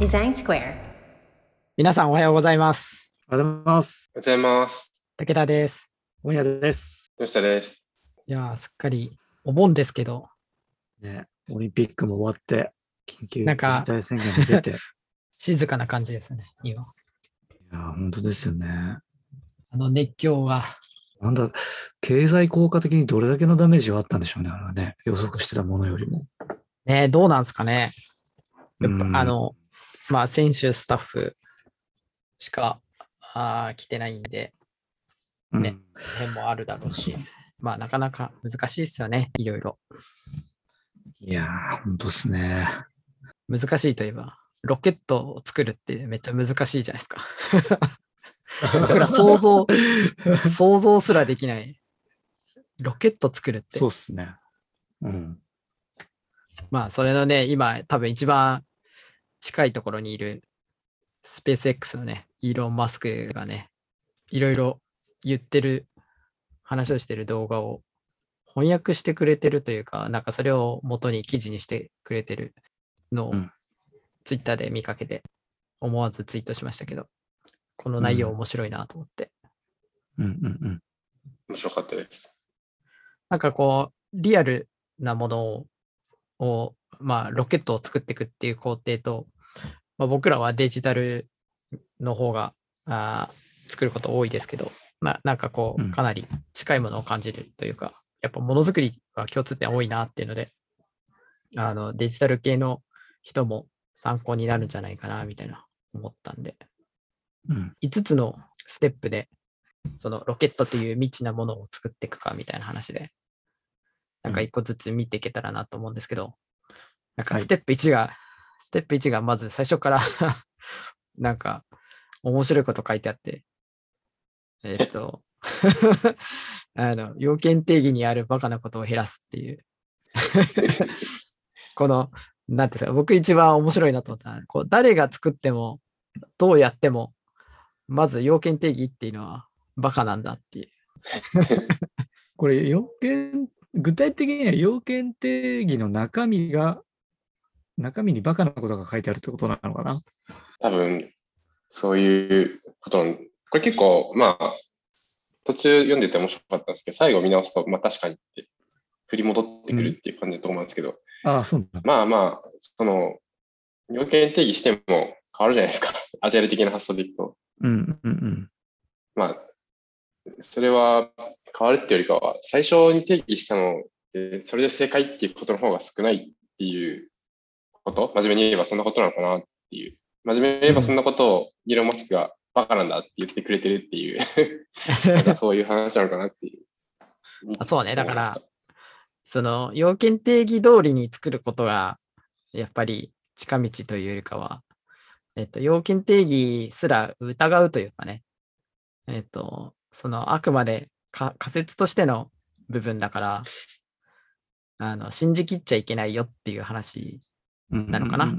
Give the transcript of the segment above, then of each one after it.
デザインスクエア。 皆さんおはようございます。 おはようございます。 おはようございます。 武田です。 本屋です。 吉田です。 いやー、すっかりお盆ですけど、 ね、オリンピックも終わって、緊急事なんか態宣言も出て。い静かな感じですね、今。 や、本当ですよね。 熱狂が。 なんだ、経済効果的にどれだけのダメージがあったんでしょうね、あれはね。予測してたものよりも。 ね、どうなんですかね。やっうんぱ選手、スタッフしか来てないんで、ね、変もあるだろうし、まあなかなか難しいですよね、いろいろ。 いやー、本当ですね。 難しいといえば、ロケットを作るってめっちゃ難しいじゃないですか。僕ら想像すらできない。ロケット作るって。 そうっすね。うん。 まあ、それのね、今、多分一番近いところにいるスペース X のね、イーロン・マスクがね、いろいろ言ってる、話をしてる動画を翻訳してくれてるというか、なんかそれを元に記事にしてくれてるのをツイッターで見かけて、思わずツイートしましたけど、この内容面白いなと思って。 面白かったです。 なんかこう、リアルなものをまあ、ロケットを作っていくっていう工程と、まあ、僕らはデジタルの方が作ること多いですけど、なんかこう、かなり近いものを感じるというか、やっぱものづくりは共通点多いなっていうので、デジタル系の人も参考になるんじゃないかなみたいな思ったんで、5つのステップで、そのロケットという未知なものを作っていくかみたいな話で、なんか1個ずつ見ていけたらなと思うんですけど、なんかステップ1がまず最初からなんか面白いこと書いてあって、要件定義にあるバカなことを減らすっていうこの、なんていうんですか、僕一番面白いなと思ったのは、こう誰が作っても、どうやっても、まず要件定義っていうのはバカなんだっていう。 これ、具体的には要件定義の中身にバカなことが書いてあるってことなのかな？ 多分、そういうことこれ結構、まあ、途中読んでて面白かったんですけど、最後見直すと、まあ確かにって振り戻ってくるっていう感じだと思うんですけど、 そうなんだ。 まあまあ、その、要件定義しても変わるじゃないですか。アジャイル的な発想でいくと。まあ、それは変わるっていうよりかは、最初に定義したので、それで正解っていうことの方が少ないっていうこと、真面目に言えばそんなことなのかなっていう。真面目に言えばそんなことをイーロン・マスクがバカなんだって言ってくれてるっていうなんかそういう話なのかなっていう。 そうね、だから、その要件定義通りに作ることが、やっぱり近道というよりかは、要件定義すら疑うというかね、そのあくまで仮説としての部分だから、信じきっちゃいけないよっていう話なのかな。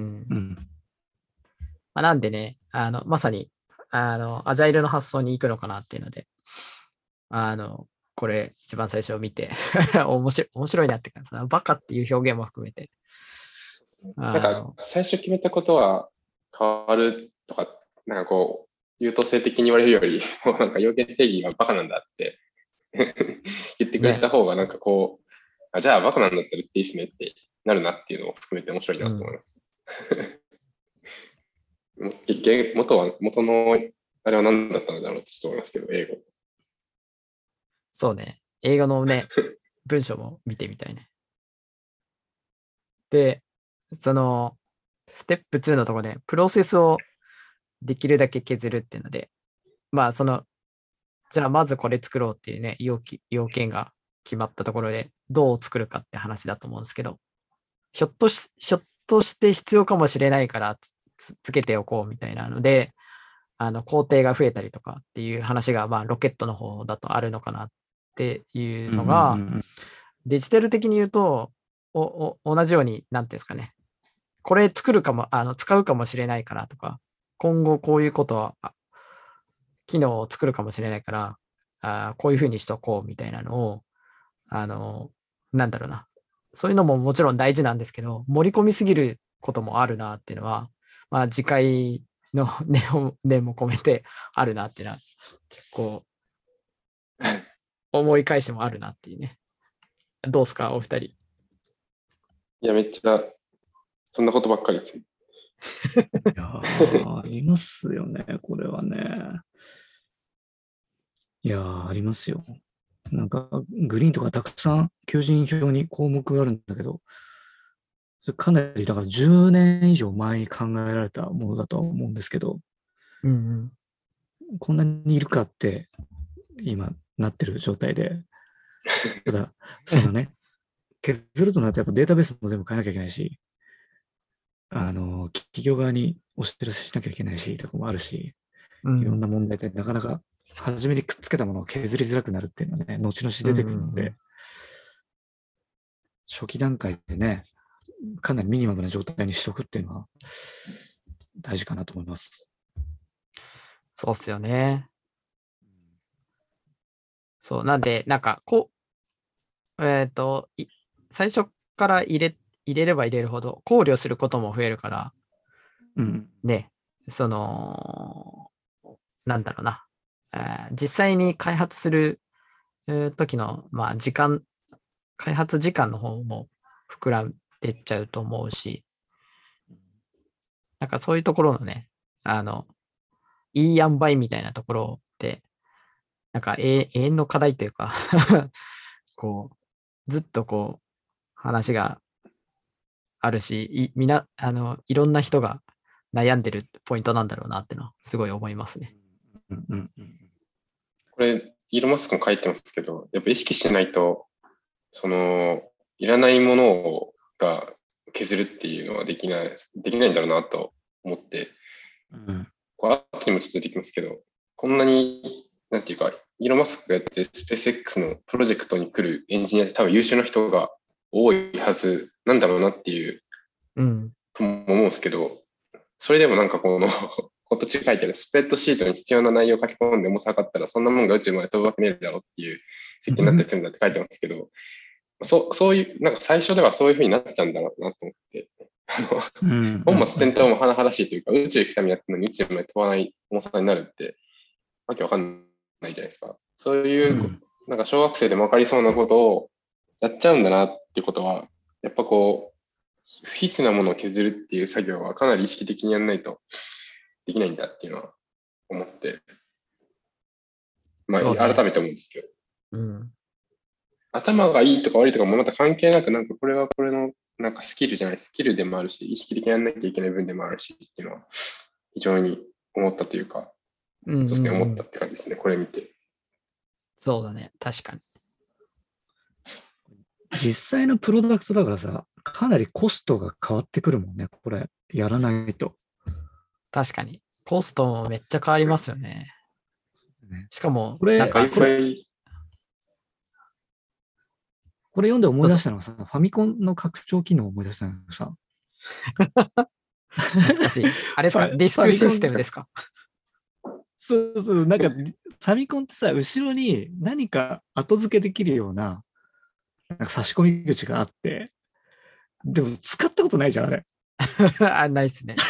なんでね、まさに、アジャイルの発想に行くのかなっていうので、これ一番最初見て面白いなって感じ、そのバカっていう表現も含めて。 なんか最初決めたことは変わるとか、なんかこう、優等生的に言われるより、もうなんか要件定義がバカなんだって言ってくれた方がなんかこう、じゃあバカなんだったら言っていいっすねってなるなっていうのを含めて面白いなと思います。元のあれは何だったんだろうってちょっと思いますけど、英語。 そうね。英語のね、文章も見てみたいね。で、その、ステップ2のところで、プロセスをできるだけ削るっていうので、まあ、じゃあまずこれ作ろうっていうね、要件が決まったところで、どう作るかって話だと思うんですけど、ひょっとして必要かもしれないからつけておこうみたいなので、工程が増えたりとかっていう話が、まあ、ロケットの方だとあるのかなっていうのが、デジタル的に言うと、同じように、なんていうんですかね、これ使うかもしれないからとか、今後こういうことは、機能を作るかもしれないから、こういうふうにしとこうみたいなのを、なんだろうな、そういうのももちろん大事なんですけど、盛り込みすぎることもあるなっていうのは、 まあ次回の念も込めてあるなっていうのは、結構思い返してもあるなっていうね。どうすか、お二人。 いや、めっちゃ、そんなことばっかりです。 いやー、ありますよね、これはね。いやー、ありますよ。なんか、グリーンとかたくさん求人票に項目があるんだけど、それかなり、だから10年以上前に考えられたものだとは思うんですけど、 うんこんなにいるかって今なってる状態で、ただ、そのね、削るとなるとやっぱデータベースも全部変えなきゃいけないし、企業側にお知らせしなきゃいけないし、とかもあるし、 うん。 いろんな問題でなかなか初めにくっつけたものを削りづらくなるっていうのはね、後々出てくるので、初期段階でね、かなりミニマムな状態にしておくっていうのは大事かなと思います。 そうっすよね。そう、なんで、なんか、最初から入れれば入れるほど考慮することも増えるから、ね、なんだろうな。実際に開発する時の、まあ、開発時間の方も膨らんでっちゃうと思うし、なんかそういうところのね、いい塩梅みたいなところって、なんか永遠の課題というかこう、ずっと話があるし、いろんな人が悩んでるポイントなんだろうなってのは、すごい思いますね。 これ、イーロン・マスクも書いてますけど、やっぱ意識しないと、いらないものが削るっていうのはできないんだろうなと思って、これ後にもちょっと出てきますけど、こんなに、なんていうか、イーロン・マスクがやってスペース X のプロジェクトに来るエンジニアって多分優秀な人が多いはずなんだろうなっていう、とも思うんですけど、それでもなんか途中書いてあるスプレッドシートに必要な内容を書き込んで重さ測ったらそんなもんが宇宙まで飛ぶわけねえだろっていう設計になったりするんだって書いてますけど、そういう、なんか最初ではそういう風になっちゃうんだろうなと思って、本末転倒も甚だしいというか、宇宙行くためにやってるのに宇宙まで飛ばない重さになるって、わけわかんないじゃないですか。そういう、なんか小学生でもわかりそうなことをやっちゃうんだなってことは、やっぱ不必要なものを削るっていう作業はかなり意識的にやらないとできないんだっていうのは思って、まあ、改めて思うんですけど、頭がいいとか悪いとかもまた関係なく、なんかこれはこれのなんかスキルじゃない、スキルでもあるし、意識的にやらなきゃいけない部分でもあるしっていうのは非常に思ったというか、そうですね、思ったって感じですね、これ見て。 そうだね、確かに。 実際のプロダクトだからさ、かなりコストが変わってくるもんね、これ、やらないと。 確かに。コストもめっちゃ変わりますよね。しかも、 これ、 なんかこれ読んで思い出したのがさ、ファミコンの拡張機能を思い出したのがさ。 懐かしい。あれですかディスクシステムですかそうそう、なんか、ファミコンってさ、後ろに何か後付けできるような、なんか差し込み口があって、でも使ったことないじゃん、あれ。 ないっすね。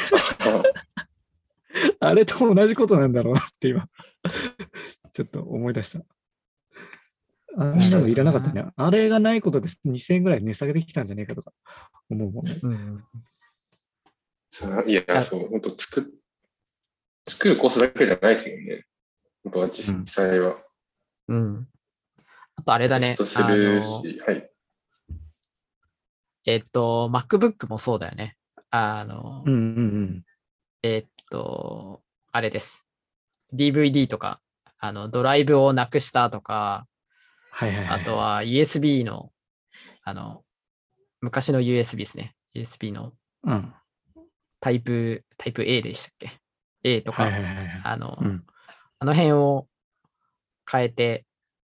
あれと同じことなんだろうなって今、ちょっと思い出した。あんなのいらなかったね。あれがないことで2000円ぐらい値下げできたんじゃねえかとか思うもんね。 いや、そう、本当作るコースだけじゃないですもんね。本当は実際は。 あとあれだね。 するし、はい。 MacBook もそうだよね。あれです。DVD とか、ドライブをなくしたとか、あとは USB の、昔の USB ですね。USB のタイプ A でしたっけ ?A とか、あの辺を変えて、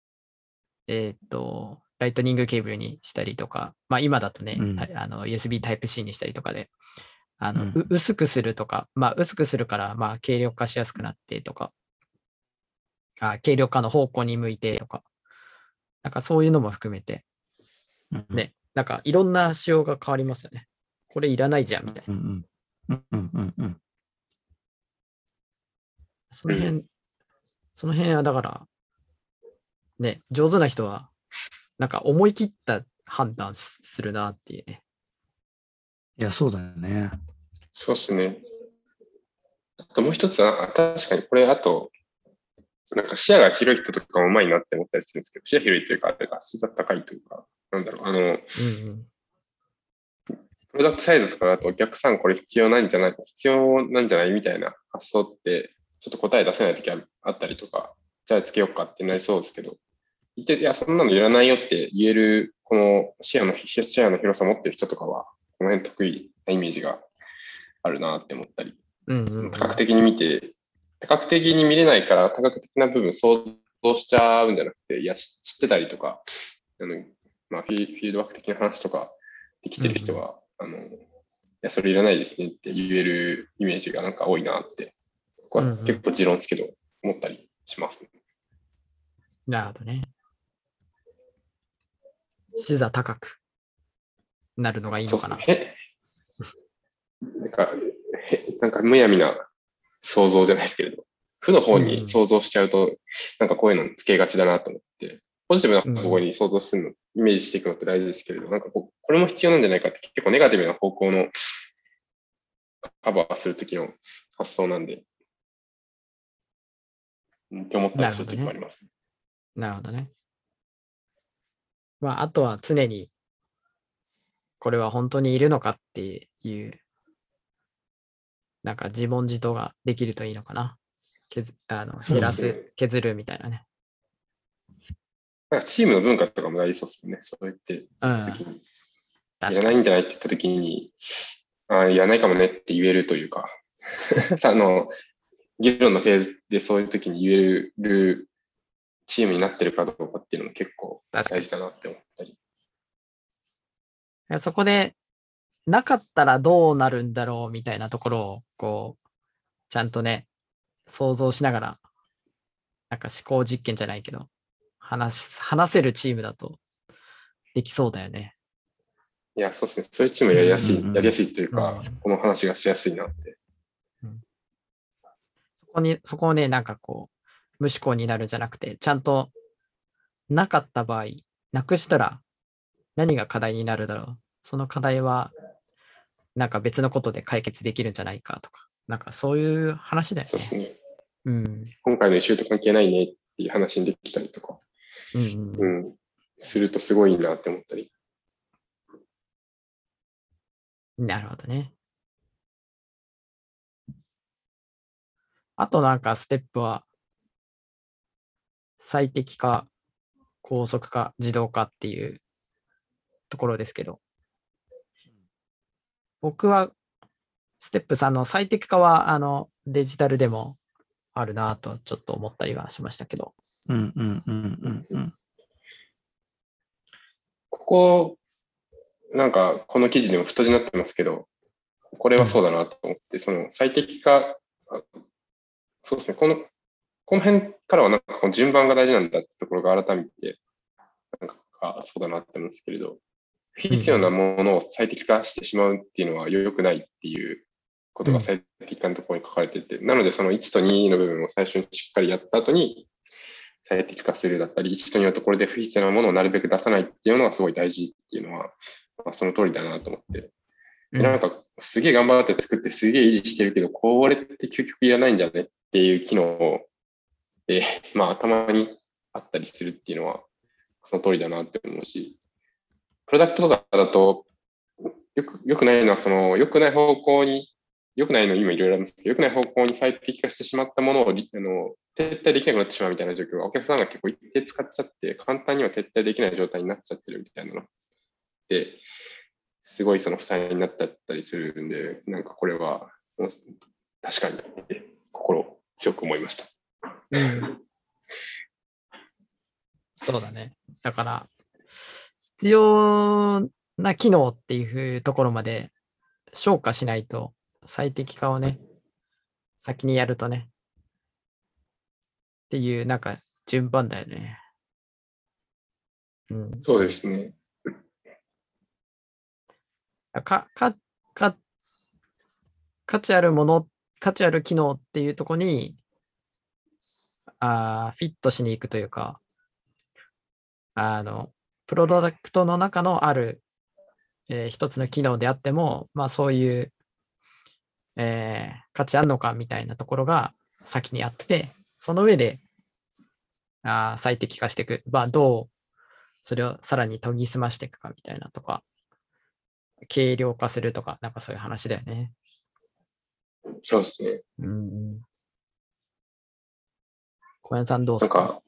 ライトニングケーブルにしたりとか、まあ今だとね、USB Type-C にしたりとかで、薄くするとか、まあ薄くするから、まあ軽量化しやすくなってとか、軽量化の方向に向いてとか、なんかそういうのも含めて、ね、なんかいろんな仕様が変わりますよね。これいらないじゃんみたいな。 うんうんうんうん。 その辺はだから、ね、上手な人は、なんか思い切った判断するなっていうね。 いや、そうだよね。 そうですね。あともう一つは、確かにこれ、あと、なんか視野が広い人とかもうまいなって思ったりするんですけど、視野広いというか、あれが質が高いというか、なんだろう、 うんうん。 プロダクトサイドとかだとお客さんこれ必要なんじゃないみたいな発想って、ちょっと答え出せないときあったりとか、じゃあつけようかってなりそうですけど、言って、いや、そんなのいらないよって言える、この視野の広さを持ってる人とかは、この辺得意なイメージがあるなって思ったり、 うんうんうん、 多角的に見て、多角的に見れないから多角的な部分想像しちゃうんじゃなくて、いや、知ってたりとか、まあ、フィールドワーク的な話とかできてる人は、いや、それいらないですねって言えるイメージがなんか多いなって、ここは結構持論ですけど、思ったりしますね。 なるほどね。視座高くなるのがいいのかな。 そうですね。なんかむやみな想像じゃないですけれど、負の方に想像しちゃうと、なんかこういうのつけがちだなと思って、ポジティブな方向に想像するの、イメージしていくのって大事ですけれど、なんかこれも必要なんじゃないかって結構ネガティブな方向のカバーするときの発想なんで、って思ったりするときもありますね。 なるほどね。まあ、あとは常に、これは本当にいるのかっていう、なんか自問自答ができるといいのかな。減らす、削るみたいなね。 なんかチームの文化とかも大事そうですもんね。そうやって言ったときに、いらないんじゃないって言ったときに、いらないかもねって言えるというか、議論のフェーズでそういうときに言えるチームになってるかどうかっていうのも結構大事だなって思ったり。 そこで、なかったらどうなるんだろうみたいなところを、こう、ちゃんとね、想像しながら、なんか思考実験じゃないけど、話せるチームだとできそうだよね。 いや、そうですね。そういうチームやりやすいというか、この話がしやすいなって。 そこをね、なんかこう、無思考になるんじゃなくて、ちゃんとなかった場合、なくしたら何が課題になるだろう。その課題は、なんか別のことで解決できるんじゃないかとか、なんかそういう話だよね。 そうですね。 うん。 今回のイシューと関係ないねっていう話にできたりとか、するとすごいいいなって思ったり。 なるほどね。あとなんかステップは、最適化、高速化、自動化っていうところですけど、僕はステップ3の最適化はデジタルでもあるなとちょっと思ったりはしましたけど。 ここ、なんかこの記事でも太字になってますけど、これはそうだなと思って、その最適化、そうですね、この辺からはなんかこの順番が大事なんだってところが改めて、なんかそうだなって思うんですけれど、不必要なものを最適化してしまうっていうのは良くないっていうことが最適化のところに書かれていて、なのでその1と2の部分を最初にしっかりやった後に最適化するだったり、1と2のところで不必要なものをなるべく出さないっていうのがすごい大事っていうのは、まあ、その通りだなと思って。なんかすげえ頑張って作ってすげえ維持してるけど、これって究極いらないんじゃねっていう機能で、まあたまにあったりするっていうのはその通りだなって思うし、プロダクトとかだと、よくないのは、よくない方向に、よくないの今いろいろあるんですけど、よくない方向に最適化してしまったものを撤退できなくなってしまうみたいな状況が、お客さんが結構一定使っちゃって、簡単には撤退できない状態になっちゃってるみたいなので、すごいその負債になっちゃったりするんで、なんかこれは、確かに、心強く思いました。 そうだね。だから、必要な機能っていうところまで消化しないと、最適化をね、先にやるとね、っていう、なんか順番だよね。 そうですね。 価値あるもの、価値ある機能っていうところに、フィットしに行くというか、プロダクトの中のある、一つの機能であっても、まあそういう、価値あるのかみたいなところが先にあって、その上で最適化していく。まあどうそれをさらに研ぎ澄ましていくかみたいなとか、軽量化するとか、なんかそういう話だよね。 そうですね。 小籔さんどうですか？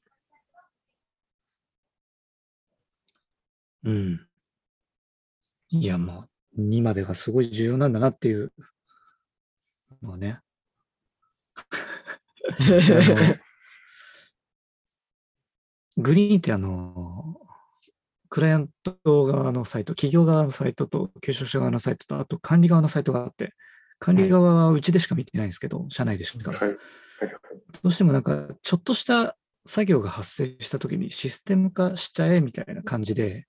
いや、もう、2までがすごい重要なんだなっていうのはね。グリーンってクライアント側のサイト、企業側のサイトと、求職者側のサイトと、あと管理側のサイトがあって、管理側はうちでしか見てないんですけど、社内でしか。どうしてもなんか、ちょっとした作業が発生したときにシステム化しちゃえみたいな感じで、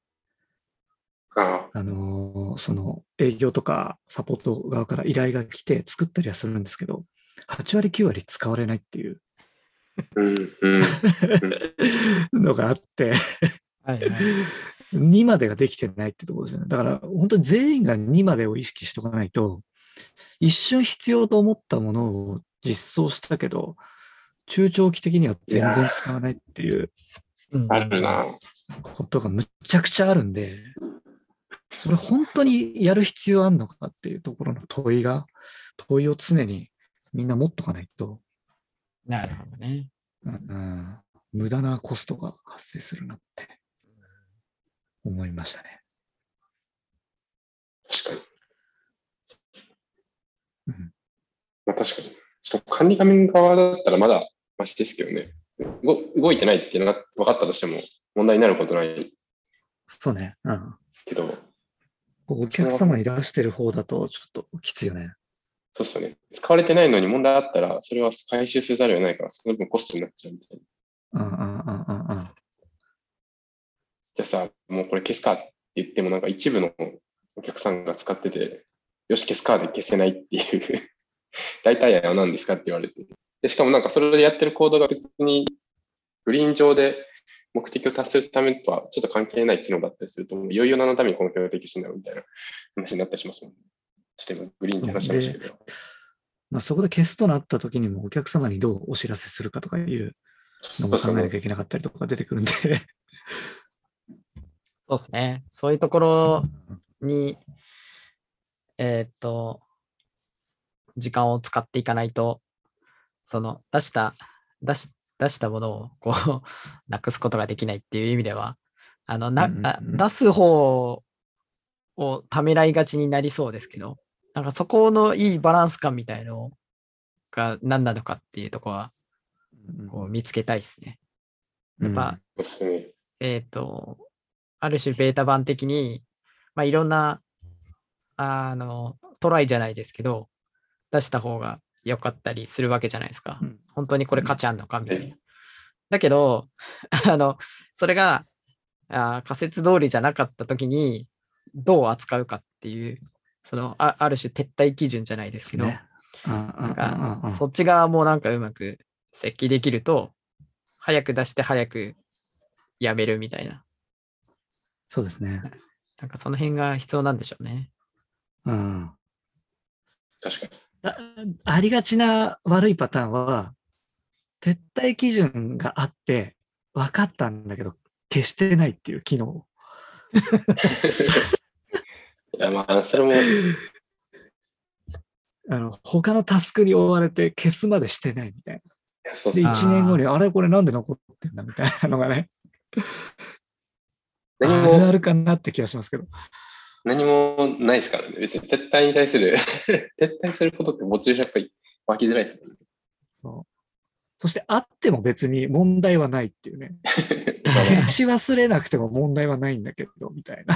その営業とかサポート側から依頼が来て作ったりはするんですけど、8割9割使われないっていうのがあって2までができてないってところですよね。だから本当に全員が2までを意識しとかないと、一瞬必要と思ったものを実装したけど、中長期的には全然使わないっていうことがむちゃくちゃあるんで、それ本当にやる必要あるのかっていうところの問いを常にみんな持っとかないと。 なるほどね。 無駄なコストが発生するなって思いましたね。 確かに。まあ確かに。ちょっと管理画面側だったらまだマシですけどね。動いてないって分かったとしても問題になることない。 そうね。 けど。 お客様に出してる方だとちょっときついよね。 そうっすよね。使われてないのに問題あったら、それは回収せざるを得ないから、その分コストになっちゃうみたいな。じゃあさ、もうこれ消すかって言っても、なんか一部のお客さんが使ってて、よし消すかで消せないっていう代替案は何ですかって言われて。で、しかもなんかそれでやってるコードが別にグリーン上で目的を達するためとはちょっと関係ない機能だったりすると、いよいよ何のためにこの機能を提供してんだろうみたいな話になったりしますもんね。ちょっと今グリーンって話してましたけど。 まあ、そこで消すとなった時にもお客様にどうお知らせするかとかいうのも考えなきゃいけなかったりとか出てくるんで。そうですね。そういうところに、時間を使っていかないと、その出したものをこうなくすことができないっていう意味では、出す方をためらいがちになりそうですけど、なんかそこのいいバランス感みたいのが何なのかっていうところはこう見つけたいですね。やっぱ、ある種ベータ版的に、まあ、いろんなトライじゃないですけど、出した方が良かったりするわけじゃないですか。本当にこれ価値あるのかみたいな。だけど、それが仮説通りじゃなかったときに、どう扱うかっていう、ある種撤退基準じゃないですけど、そっち側もなんかうまく設計できると、早く出して早くやめるみたいな。 そうですね。 なんかその辺が必要なんでしょうね。 確かに。ありがちな悪いパターンは、撤退基準があって、分かったんだけど、消してないっていう機能。 いや、まあ、それも。 他のタスクに追われて消すまでしてないみたいな。で、1年後に、あれこれなんで残ってんだみたいなのがね。あるあるかなって気がしますけど。 何もないですからね。別に撤退に対する撤退することってモチベーションやっぱり湧きづらいですもんね。 そう。そしてあっても別に問題はないっていうね。消し忘れなくても問題はないんだけど、みたいな。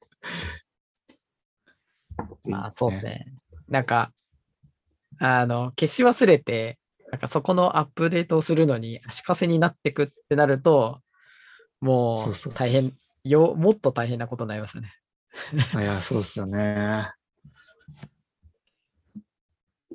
まあそうですね。なんか、消し忘れて、なんかそこのアップデートをするのに足かせになってくってなると、もう大変、もっと大変なことになりますよね。 いや、そうですよね。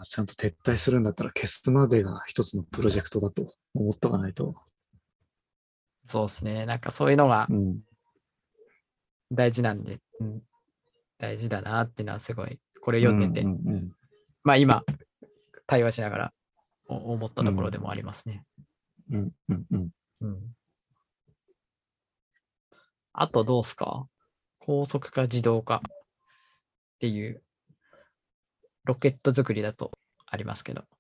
ちゃんと撤退するんだったら消すまでが一つのプロジェクトだと思っとかないと。 そうですね。なんかそういうのがうん。 大事なんで、大事だなっていうのはすごい、これ読んでて、まあ今、対話しながら思ったところでもありますね。あとどうすか？高速化、自動化っていうロケット作りだとありますけど。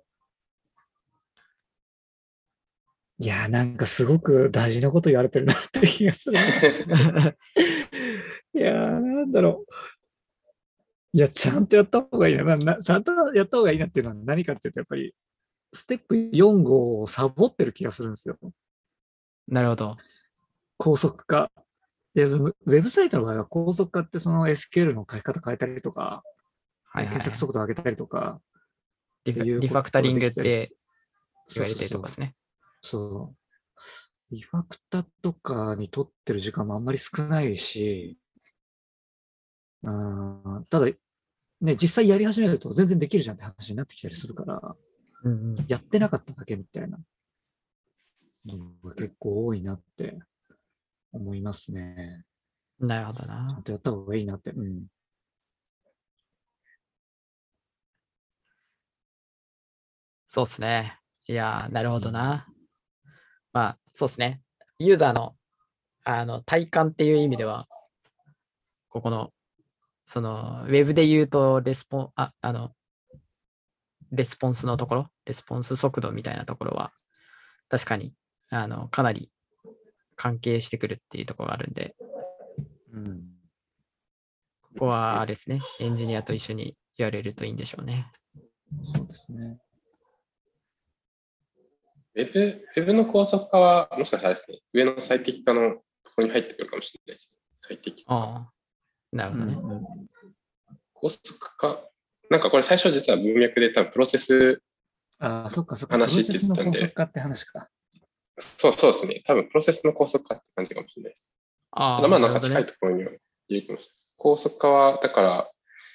いやー、なんかすごく大事なこと言われてるなって気がする。いやー、なんだろう。いや、ちゃんとやった方がいいな。ちゃんとやった方がいいなっていうのは何かっていうと、やっぱり、ステップ4号をサボってる気がするんですよ。 なるほど。 高速化。で、ウェブサイトの場合は高速化ってその SQL の書き方変えたりとか、検索速度上げたりとか、 リファクタリングって言われてるとこですね。 そう。リファクタとかに取ってる時間もあんまり少ないし、ただ、ね、実際やり始めると全然できるじゃんって話になってきたりするから、やってなかっただけみたいなのが結構多いなって思いますね。 なるほどな。ちゃんとやった方がいいなって。 そうですね。いや、なるほどな。まあ、そうですね。ユーザーの、体感っていう意味では、ここの、その、ウェブで言うと、レスポンスのところ、レスポンス速度みたいなところは、確かに、かなり関係してくるっていうところがあるんで、ここはあれですね、エンジニアと一緒にやれるといいんでしょうね。 そうですね。 ウェブの高速化は、もしかしたらですね、上の最適化のところに入ってくるかもしれないです。最適化。 ああ、なるほどね。 高速化、なんかこれ最初実は文脈で多分プロセスそっか。 話って言ったんで。 プロセスの高速化って話か。 そうですね。多分プロセスの高速化って感じかもしれないです。ただまあなんか近いところには言えるかもしれないです。高速化は、だから、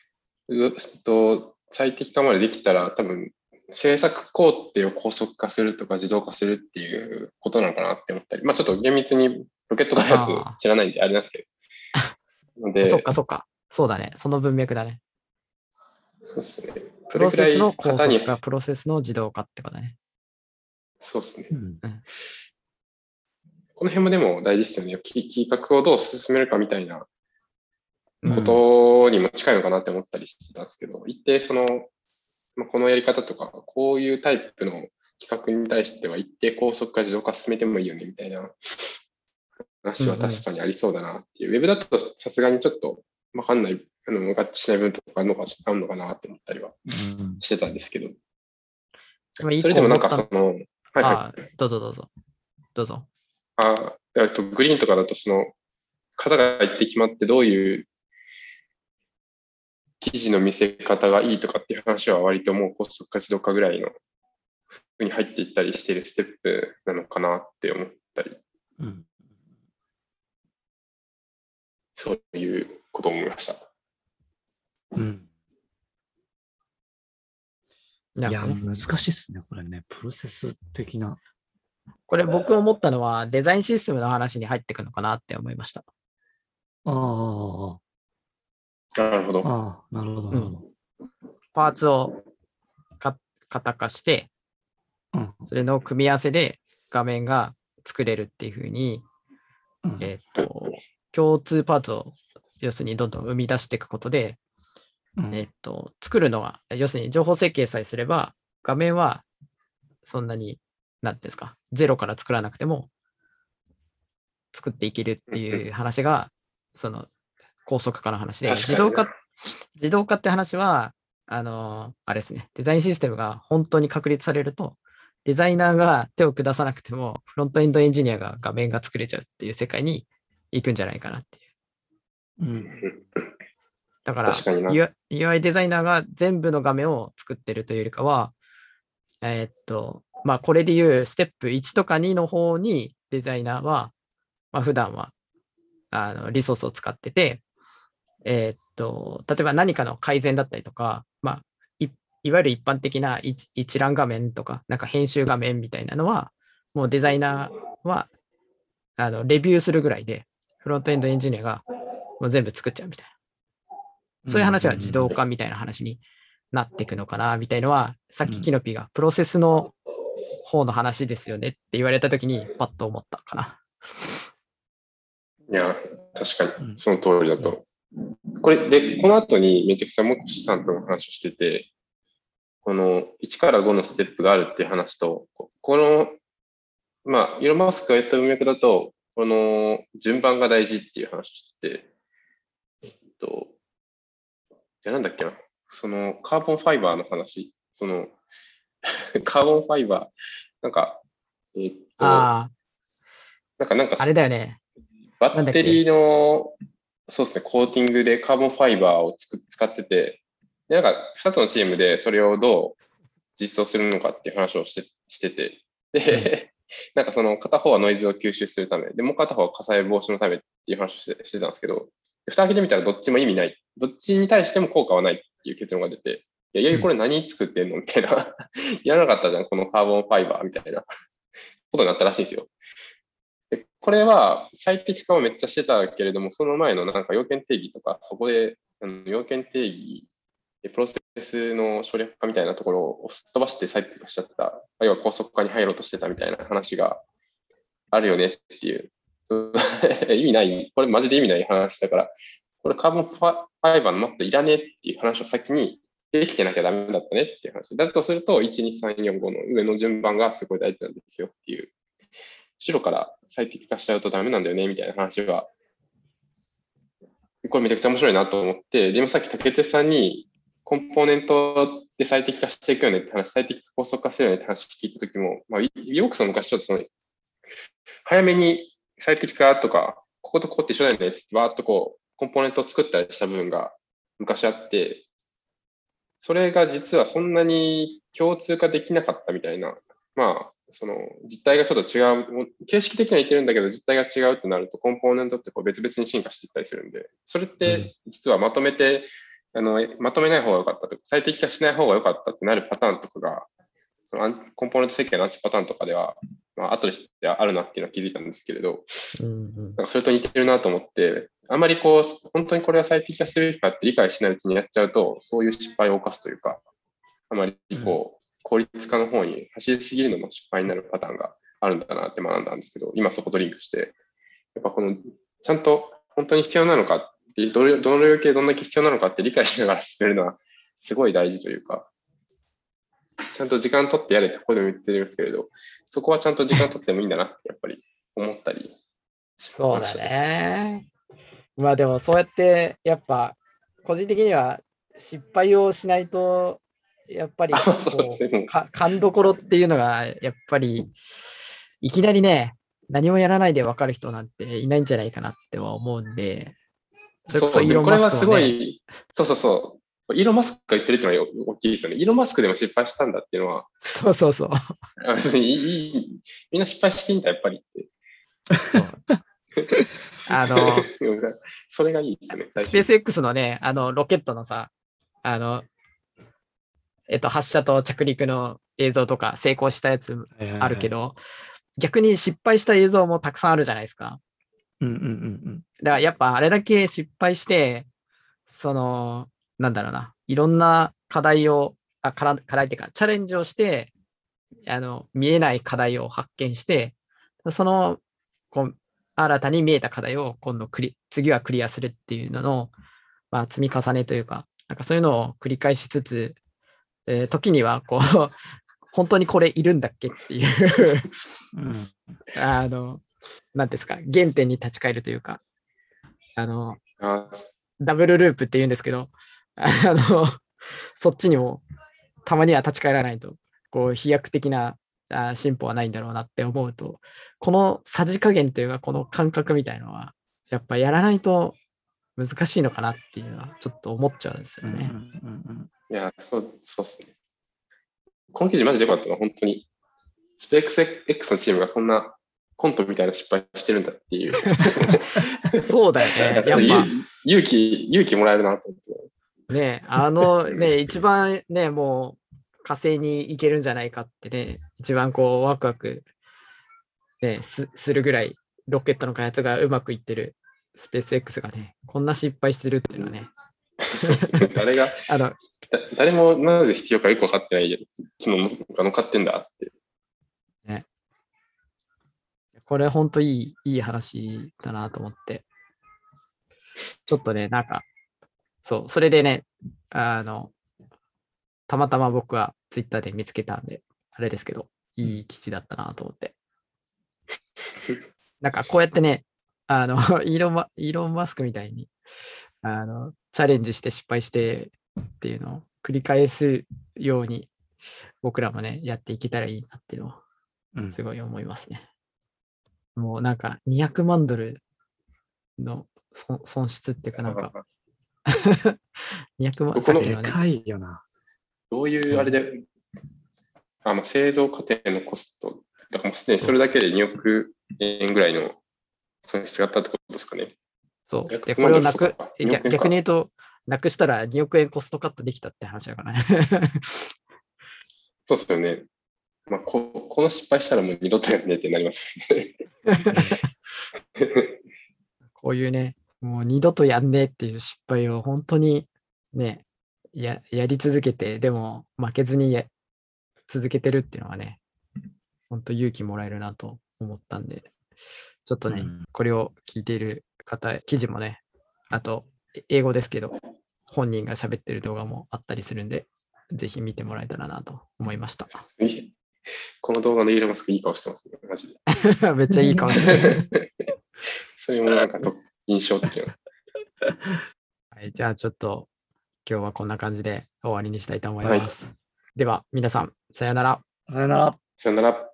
最適化までできたら多分制作工程を高速化するとか自動化するっていうことなのかなって思ったり、まあちょっと厳密にロケット開発知らないんであれなんですけど。 のでそっか。そうだね。その文脈だね。 そうですね。 プロセスの高速化、プロセスの自動化ってことだね。 そうですね。この辺もでも大事ですよね。企画をどう進めるかみたいなことにも近いのかなって思ったりしてたんですけど、一定その、このやり方とか、こういうタイプの企画に対しては一定高速化自動化進めてもいいよねみたいな話は確かにありそうだなっていう。ウェブだとさすがにちょっとわかんない、合致しない部分とかあるのかなって思ったりはしてたんですけど。それでもなんかその、 どうぞ。 グリーンとかだとその、型が入って決まってどういう記事の見せ方がいいとかっていう話は割ともう高速化自動化ぐらいのふうに入っていったりしているステップなのかなって思ったり、そういうことを思いました。 いや、難しいっすね、これね。プロセス的な。 これ僕思ったのはデザインシステムの話に入ってくるのかなって思いました。 なるほど。 なるほど。 パーツを型化して、それの組み合わせで画面が作れるっていうふうに、共通パーツを要するにどんどん生み出していくことで、作るのは、要するに情報設計さえすれば、画面はそんなに、なんですか、ゼロから作らなくても作っていけるっていう話が、その高速化の話で、自動化って話は、あれですね、デザインシステムが本当に確立されると、デザイナーが手を下さなくても、フロントエンドエンジニアが画面が作れちゃうっていう世界に行くんじゃないかなっていう。だから、UI デザイナーが全部の画面を作ってるというよりかは、これでいうステップ1とか2の方にデザイナーは、普段はリソースを使ってて、例えば何かの改善だったりとか、 いわゆる一般的な一覧画面とか、なんか編集画面みたいなのは、もうデザイナーは、レビューするぐらいで、フロントエンドエンジニアがもう全部作っちゃうみたいな。そういう話は自動化みたいな話になっていくのかな、みたいのは、さっきキノピがプロセスの方の話ですよねって言われたときに、パッと思ったかな。 いや、確かに、その通りだと。この後にめちゃくちゃもこしさんとの話をしてて、この1から5のステップがあるっていう話と、この、まあ、イーロン・マスクが言った文脈だと、この順番が大事っていう話をしてて、じゃあなんだっけな、そのカーボンファイバーの話、そのカーボンファイバー、なんか、なんかあれだよね。 バッテリーの、そうですね、コーティングでカーボンファイバーを使ってて、で、なんか2つのチームでそれをどう実装するのかっていう話をしてて、で、なんかその片方はノイズを吸収するため、で、もう片方は火災防止のためっていう話をしてたんですけど、蓋開けてみたらどっちも意味ない。どっちに対しても効果はないっていう結論が出て、いや、これ何作ってんのみたいな。やらなかったじゃん、このカーボンファイバーみたいなことになったらしいんですよ。でこれは最適化をめっちゃしてたけれども、その前のなんか要件定義とか、そこで要件定義、プロセスの省略化みたいなところをすっ飛ばして最適化しちゃった、あるいは高速化に入ろうとしてたみたいな話があるよねっていう。意味ない、これマジで意味ない話だから、これカーボンファイバーのもっといらねえっていう話を先にできてなきゃダメだったねっていう話。だとすると、1、2、3、4、5の上の順番がすごい大事なんですよっていう。後ろから最適化しちゃうとダメなんだよねみたいな話は、これめちゃくちゃ面白いなと思って、でもさっき竹手さんにコンポーネントで最適化していくよねって話、最適化高速化するよねって話聞いたときも、まあ、よくその昔ちょっとその、早めに最適化とか、こことここって一緒だよねってわーっとこう、コンポーネントを作ったりした部分が昔あって、それが実はそんなに共通化できなかったみたいな、まあ、その実態がちょっと違う、形式的にはいけるんだけど、実態が違うってなると、コンポーネントってこう別々に進化していったりするんで、それって実はまとめて、まとめない方が良かったとか、最適化しない方が良かったってなるパターンとかが、そのコンポーネント設計のアンチパターンとかでは、まあ後で知ってあるなっていうのは気づいたんですけれど、なんかそれと似てるなと思って、あんまりこう、本当にこれは最適化するべきかって理解しないうちにやっちゃうと、そういう失敗を犯すというか、あまりこう、効率化の方に走りすぎるのも失敗になるパターンがあるんだなって学んだんですけど、今そことリンクして、やっぱこの、ちゃんと本当に必要なのかって、どの領域でどんだけ必要なのかって理解しながら進めるのはすごい大事というか、ちゃんと時間取ってやれってここでも言ってるんですけれど、そこはちゃんと時間取ってもいいんだなってやっぱり思ったり。 そうだね。まあでもそうやってやっぱ個人的には失敗をしないとやっぱりこう勘どころっていうのがやっぱりいきなりね何もやらないで分かる人なんていないんじゃないかなっては思うんで、それこそイーロン・マスクもね、これはすごい、 イーロン・マスクが言ってるっていうのは大きいですよね。イーロン・マスクでも失敗したんだっていうのは。 そうそうそう。 みんな失敗していいんだ、やっぱりって。それがいいですね。 スペース X のね、ロケットのさ、発射と着陸の映像とか成功したやつあるけど、逆に失敗した映像もたくさんあるじゃないですか。だからやっぱあれだけ失敗して、なんだろうな、いろんな課題っていうか、チャレンジをして、見えない課題を発見して、新たに見えた課題を今度次はクリアするっていうのの、まあ、積み重ねというか、なんかそういうのを繰り返しつつ、時にはこう本当にこれいるんだっけっていうなんですか、原点に立ち返るというか、ダブルループって言うんですけど、そっちにもたまには立ち返らないと、こう飛躍的な進歩はないんだろうなって思うと、このさじ加減というか、この感覚みたいのは、やっぱやらないと難しいのかなっていうのは、ちょっと思っちゃうんですよね。 いや、そうですね。この記事マジでよかったのは、本当に、スペーク X のチームがこんなコントみたいな失敗してるんだっていう。 そうだよね。やっぱ勇気もらえるなと思って。 ね、一番ね、もう火星に行けるんじゃないかってね、一番こうワクワク、ね、するぐらいロケットの開発がうまくいってるスペース X がね、こんな失敗してるっていうのはね。 誰もなぜ必要かよく分かってないけど、機能が乗っかってんだって。 ね、これ本当いい話だなと思って。ちょっとね、なんか、そう、それでね、たまたま僕はツイッターで見つけたんで、あれですけど、いい記事だったなと思って。なんかこうやってね、イーロン・マスクみたいに、チャレンジして失敗してっていうのを繰り返すように、僕らもね、やっていけたらいいなっていうのを、すごい思いますね。もうなんか200万ドルの損失っていうかなんか、200万ドルでかいよな。 どういうあれで、製造過程のコスト、だからもうすでにそれだけで2億円ぐらいの損失があったってことですかね。 そう。で、これを逆に言うと、なくしたら2億円コストカットできたって話だからね。 そうですよね。この失敗したらもう二度とやんねえってなりますよね。 こういうね、もう二度とやんねえっていう失敗を本当にね、やり続けて、でも負けずに続けてるっていうのはね、本当勇気もらえるなと思ったんで、ちょっとね、これを聞いている方、記事もね、あと英語ですけど、本人が喋ってる動画もあったりするんで、ぜひ見てもらえたらなと思いました。 この動画のイーロン・マスクいい顔してますね、マジで。めっちゃいい顔してる。 それもなんか印象的な。 はい、じゃあちょっと今日はこんな感じで終わりにしたいと思います。はい、では皆さん、さよなら。 さよなら。 さよなら。